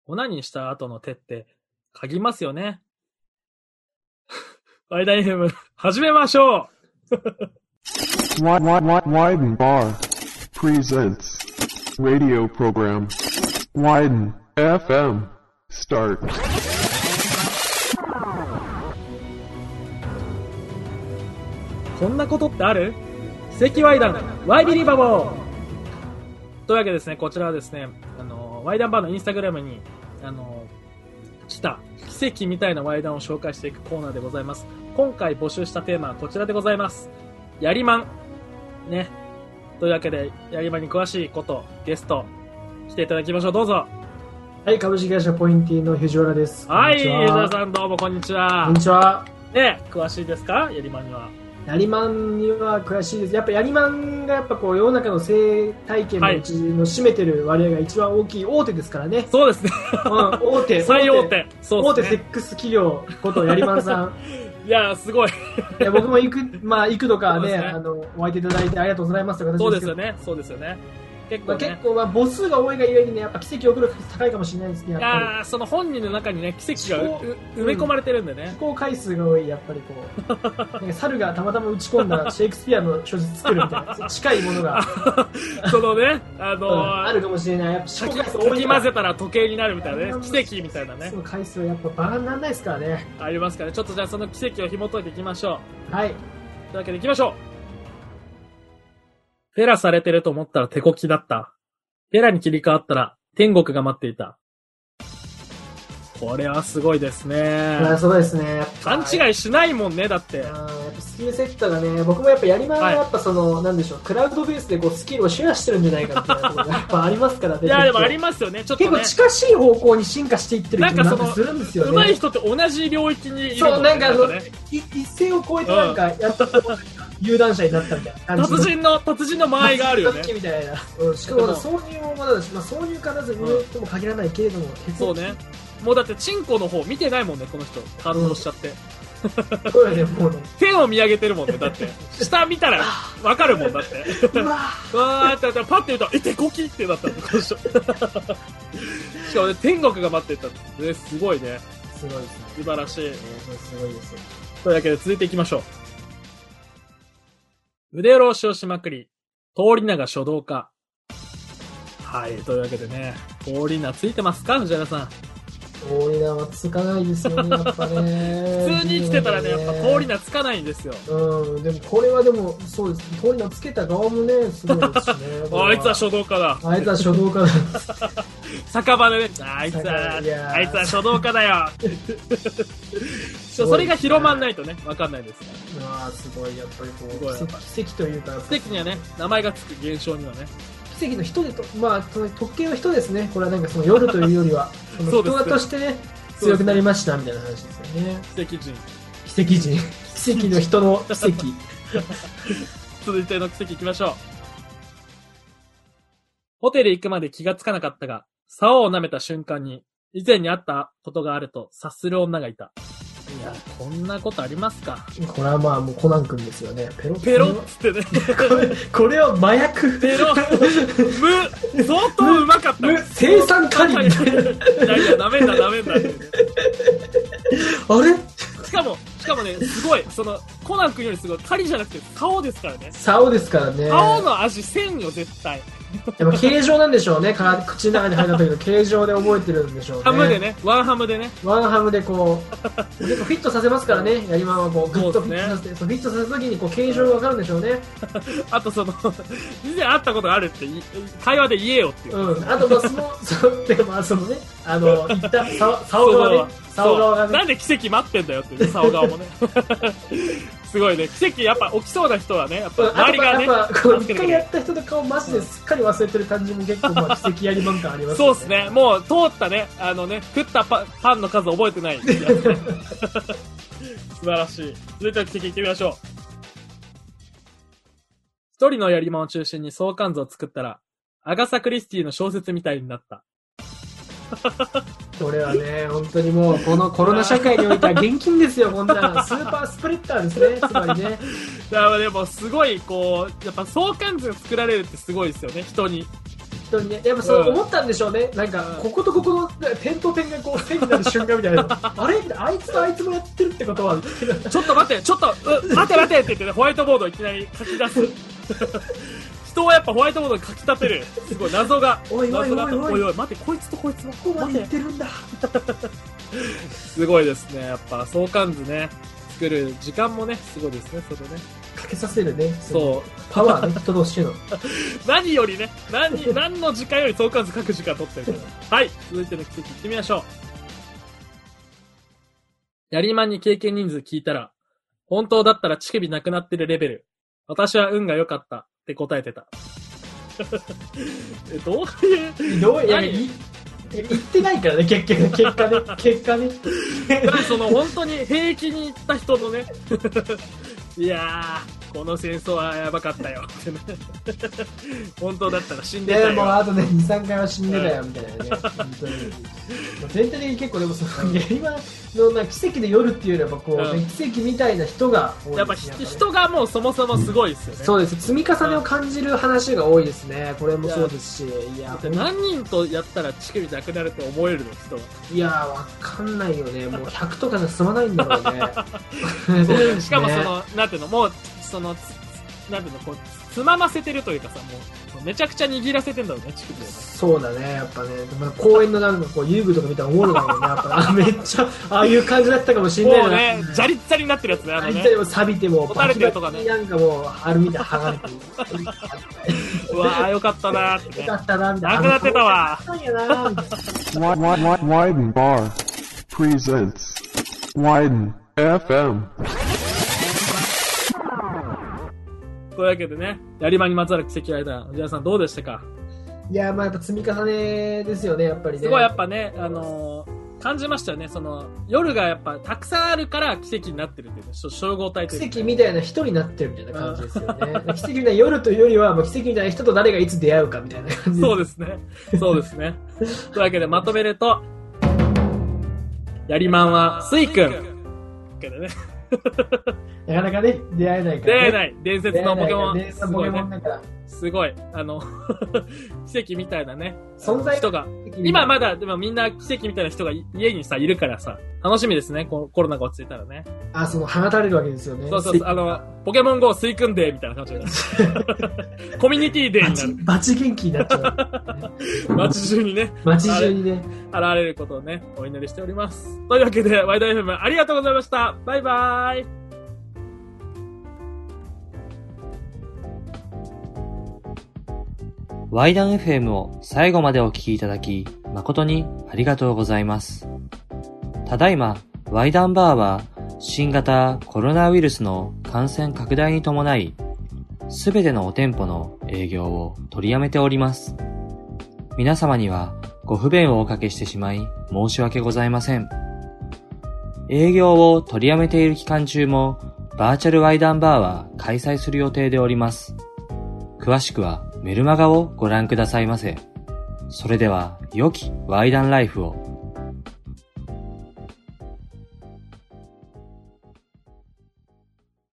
オナニーした後の手って嗅ぎますよね。ワイダイ FM 始めましょう。 Widen Bar presents radio program Widen FM start. こんなことってある？奇跡ワイダンワイビリバボーというわけですね。こちらはですね、ワイダンバーのインスタグラムに来た奇跡みたいなワイダンを紹介していくコーナーでございます。今回募集したテーマはこちらでございます。やりまんね。というわけで、やりまんに詳しいことゲスト来ていただきましょう。どうぞ。 はい、株式会社ポインティの藤原です。 はい、藤原さんどうもこんにちは。 こんにちは。 ね、詳しいですか？やりまんには。 やりまんには詳しいです。やっぱやりまんがやっぱこう世の中の性体験のうちの占めてる割合が一番大きい大手ですからね。 そうですね。 大手。 最大手。 そうですね。大手セックス企業ことやりまんさん。 いやすごい。 いや僕も幾度かね、お相手いただいてありがとうございますという形ですけど。 そうですよね。そうですよね。結構母数が多いがゆえにね、やっぱ奇跡を起こる確率高いかもしれないですね。 いやその本人の中にね、奇跡が埋め込まれてるんでね。 飛行回数が多い、やっぱりこう。なんか猿がたまたま打ち込んだシェイクスピアの小説作るみたいな、近いものが。 そのね、 あるかもしれない。やっぱかき混ぜたら時計になるみたいなね、奇跡みたいなね。 その回数はやっぱバカにならないですからね。 ありますからね。ちょっとじゃあその奇跡を紐解いていきましょう。はい。というわけでいきましょう。フェラされてると思ったら手こきだった。フェラに切り替わったら天国が待っていた。これはすごいですね。 そうですね。 勘違いしないもんね、だって。 やっぱスキルセッターがね、僕もやっぱやりまんはやっぱなんでしょう、クラウドベースでこうスキルをシェアしてるんじゃないかみたいなところがやっぱありますからね。 いや、でもありますよね、ちょっとね。 結構近しい方向に進化していってる気がするんですよね。 上手い人って同じ領域にいるもんね。 そう、なんか一線を越えてなんか、やっと有段者になったみたいな感じ。 達人の間合いがあるよね。 みたいな。しかも挿入もまだだし、挿入必ず上とも限らないけれども、 そうね。もうだってチンコの方見てないもんね、この人。感動しちゃって。 そうよね、もうね。 天を見上げてるもんね、だって。下見たらわかるもんだって。わーってパッて言うと、手こきってなったの、この人。しかもね、天国が待ってたんです。すごいね。 すごいですね。 素晴らしい。 すごいです。 というわけで続いていきましょう。腕下ろしをしまくり、通り名が書道家。はい、というわけでね、通り名ついてますか、藤原さん。 通り名はつかないですよね、やっぱね。 普通に生きてたらね、やっぱ通り名つかないんですよ。 でもこれはでも、そうです。通り名つけた側もね、すごいですしね。 あいつは書道家だ。 あいつは書道家だ。 酒場でね、あいつは書道家だよ。それが広まんないとね、わかんないですから。 すごい、やっぱりこう、奇跡というか。 奇跡にはね、名前がつく現象にはね。 奇跡の人で特権の人ですね。これはなんかその夜というよりは、人としてね、強くなりましたみたいな話ですよね。 奇跡人。 奇跡人。奇跡の人の奇跡。 続いての奇跡いきましょう。ホテル行くまで気がつかなかったが、竿を舐めた瞬間に、以前に会ったことがあると察する女がいた。いや、こんなことありますか。 これはまあもうコナン君ですよね。 ペロっつってね。 これは麻薬。 ペロ相当うまかった。 生産カリみたいな。 いや、ダメだって、ね。 あれしかもね、すごい、コナン君よりすごい、カリじゃなくて、竿ですからね。 竿ですからね。 竿の味せんよ、絶対。 でも形状なんでしょうね。口の中に入った時の形状で覚えてるんでしょうね。 ハムでね、ワンハムでね。 ワンハムでこう、結構フィットさせますからね。やりまんはこう、グッとフィットさせて、フィットさせた時にこう、形状がわかるんでしょうね。 あと以前会ったことがあるって会話で言えよっていう。 あと言った竿側ね。竿側がね。 なんで奇跡待ってんだよっていう、竿側もね。すごいね。奇跡やっぱ起きそうな人はね、やっぱ周りがね。 一回やった人の顔マジですっかり忘れてる感じも結構奇跡やりまん感ありますね。 そうですね。もう通ったね、食ったパンの数覚えてないやつね。素晴らしい。続いての奇跡いってみましょう。一人のやりまんを中心に相関図を作ったら、アガサ・クリスティの小説みたいになった。 これはね、本当にもう、このコロナ社会においては現金ですよ、こんな。スーパースプレッダーですね、つまりね。 でもすごい、やっぱ相関図が作られるってすごいですよね、人に。 当にね。やっぱそううん思ったんでしょうね。なんか、こことここの点と点がこう線になる瞬間みたいな。あれあいつとあいつもやってるってことは、 ちょっと待って、待てって言ってね、ホワイトボードをいきなり書き出す。人はやっぱホワイトボードに書き立てる。すごい、謎が。 おいおいおいおい謎がおいおい、待って、こいつとこいつも。 ここまで言ってるんだ。 すごいですね。やっぱ相関図ね、作る時間もね、すごいですね、それね。 かけさせるね。 そう。 パワーね、人同士の。 何よりね、何の時間より相関図書く時間取ってるから。はい、続いての奇跡いってみましょう。やりまんに経験人数聞いたら、本当だったら乳首なくなってるレベル。私は運が良かったって答えてた。どういう、 どういや、言ってないからね、結果ね。 その本当に平気に言った人のね、いやー、この戦争はやばかったよってね。本当だったら死んでたよ。 もうあとね、2、3回は死んでたよみたいなね。本当に。全体的に結構でもその、やりまのな奇跡で夜っていうよりはこう、ね、奇跡みたいな人が多いですね。 やっぱ人がもうそもそもすごいですよね。 そうです。積み重ねを感じる話が多いですね。これもそうですし。いや、 何人とやったら乳首なくなるって思えるの人は。 いやー、わかんないよね。もう100とかじゃ済まないんだろうね。 そうだね。しかもその、なんていうの、もう、その、なんていうの、こう、つまませてるというかさ、もう、めちゃくちゃ握らせてんだろうね、乳首をね。 そうだね、やっぱね。公園のなんかこう遊具とか見たら思うのかもね。やっぱめっちゃ、ああいう感じだったかもしれないな。 もうね、ジャリッジャリになってるやつね、あのね。 錆びても、 垂れてるとかね。 なんかもう、あるみたいな剥がれてる。 うわー、よかったなーってね。 よかったな、みたいな。 なくなってたわ。 なんやな、みたいな。 Widen Bar presents Widen FM. というわけでね、やりまにまつわる奇跡ライダー、藤原さんどうでしたか？ いや、まあやっぱ積み重ねですよね、やっぱりね。 すごいやっぱね、感じましたよね。その、夜がやっぱたくさんあるから奇跡になってるっていうね、集合体というか。 奇跡みたいな人になってるみたいな感じですよね。奇跡みたいな夜というよりは、もう奇跡みたいな人と誰がいつ出会うかみたいな感じそうですね。そうですね。というわけでまとめると、やりまんはスイくん。けどね。 なかなかね、出会えないから、ね。 出会えない。伝説のポケモン。 伝説のポケモンだから。 すごい。奇跡みたいなね。 存在人が。今まだ、でもみんな奇跡みたいな人が家にさ、いるからさ、楽しみですね。コロナが落ち着いたらね。 あ、放たれるわけですよね。 そうそうそう。ポケモン GO 吸い組んで、みたいな感じで。コミュニティデーになる。 バチ元気になっちゃう。 街中にね。 街中にね。 現れることをね、お祈りしております。というわけで、ワイド FM ありがとうございました。バイバーイ。 ワイダン FM を最後までお聞きいただき、誠にありがとうございます。ただいま、ワイダンバーは新型コロナウイルスの感染拡大に伴い、すべてのお店舗の営業を取りやめております。皆様にはご不便をおかけしてしまい申し訳ございません。営業を取りやめている期間中もバーチャルワイダンバーは開催する予定でおります。詳しくはメルマガをご覧くださいませ。それでは良きワイダンライフを。